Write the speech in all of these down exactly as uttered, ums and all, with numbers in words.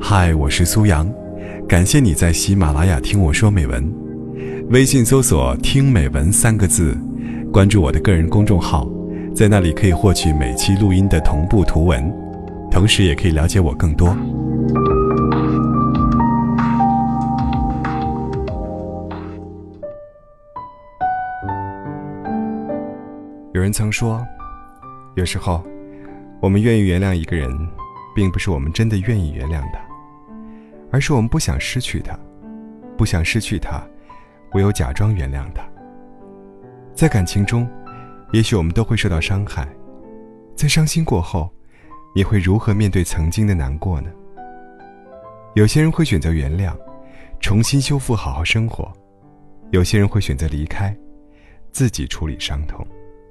嗨，我是苏阳，感谢你在喜马拉雅听我说美文。微信搜索听美文三个字，关注我的个人公众号，在那里可以获取每期录音的同步图文，同时也可以了解我更多。有人曾说，有时候我们愿意原谅一个人，并不是我们真的愿意原谅他，而是我们不想失去他，不想失去他，唯有假装原谅他。在感情中，也许我们都会受到伤害，在伤心过后，你会如何面对曾经的难过呢？有些人会选择原谅，重新修复，好好生活；有些人会选择离开，自己处理伤痛。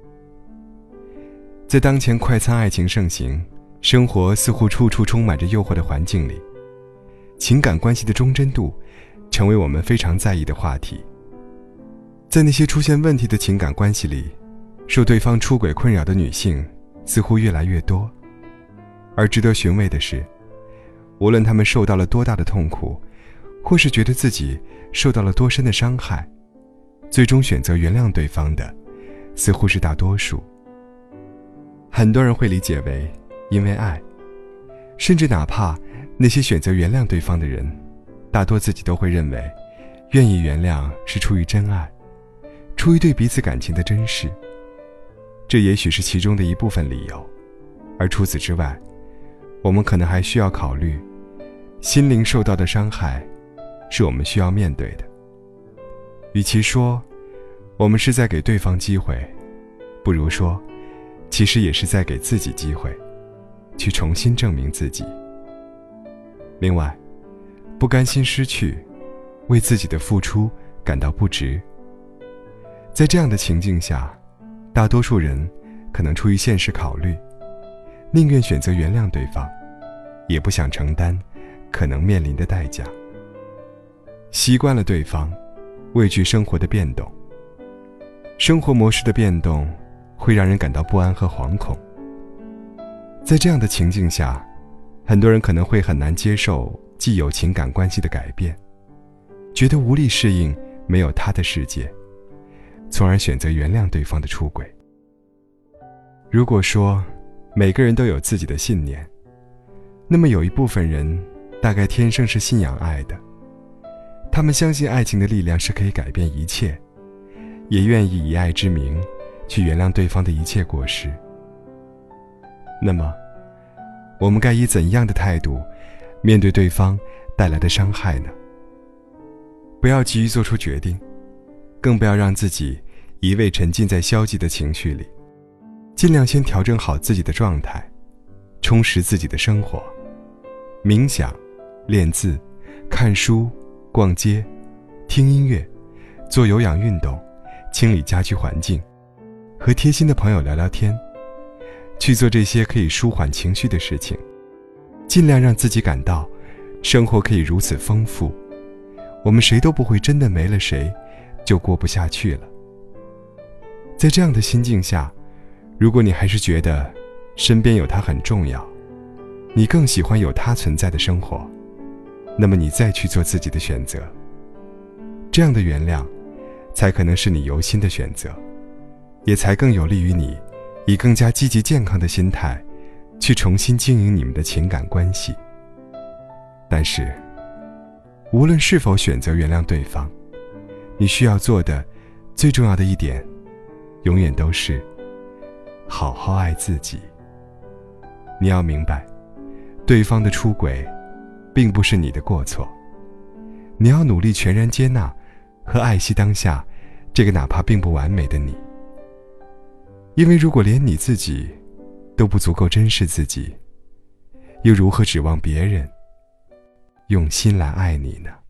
在当前快餐爱情盛行，生活似乎处处充满着诱惑的环境里，情感关系的忠贞度成为我们非常在意的话题。在那些出现问题的情感关系里，受对方出轨困扰的女性似乎越来越多。而值得寻味的是，无论她们受到了多大的痛苦，或是觉得自己受到了多深的伤害，最终选择原谅对方的似乎是大多数。很多人会理解为因为爱，甚至哪怕那些选择原谅对方的人，大多自己都会认为愿意原谅是出于真爱，出于对彼此感情的珍视。这也许是其中的一部分理由，而除此之外，我们可能还需要考虑，心灵受到的伤害是我们需要面对的。与其说我们是在给对方机会，不如说其实也是在给自己机会，去重新证明自己。另外，不甘心失去，为自己的付出感到不值。在这样的情境下，大多数人可能出于现实考虑，宁愿选择原谅对方，也不想承担可能面临的代价。习惯了对方，畏惧生活的变动。生活模式的变动会让人感到不安和惶恐。在这样的情境下，很多人可能会很难接受既有情感关系的改变，觉得无力适应没有他的世界，从而选择原谅对方的出轨。如果说每个人都有自己的信念，那么有一部分人大概天生是信仰爱的，他们相信爱情的力量是可以改变一切，也愿意以爱之名去原谅对方的一切过失。那么我们该以怎样的态度面对对方带来的伤害呢？不要急于做出决定，更不要让自己一味沉浸在消极的情绪里，尽量先调整好自己的状态，充实自己的生活，冥想、练字、看书、逛街、听音乐、做有氧运动、清理家居环境，和贴心的朋友聊聊天，去做这些可以舒缓情绪的事情，尽量让自己感到生活可以如此丰富。我们谁都不会真的没了谁就过不下去了。在这样的心境下，如果你还是觉得身边有他很重要，你更喜欢有他存在的生活，那么你再去做自己的选择。这样的原谅才可能是你由心的选择，也才更有利于你以更加积极健康的心态去重新经营你们的情感关系。但是无论是否选择原谅对方，你需要做的最重要的一点永远都是好好爱自己。你要明白，对方的出轨并不是你的过错，你要努力全然接纳和爱惜当下这个哪怕并不完美的你。因为如果连你自己都不足够珍视自己，又如何指望别人用心来爱你呢？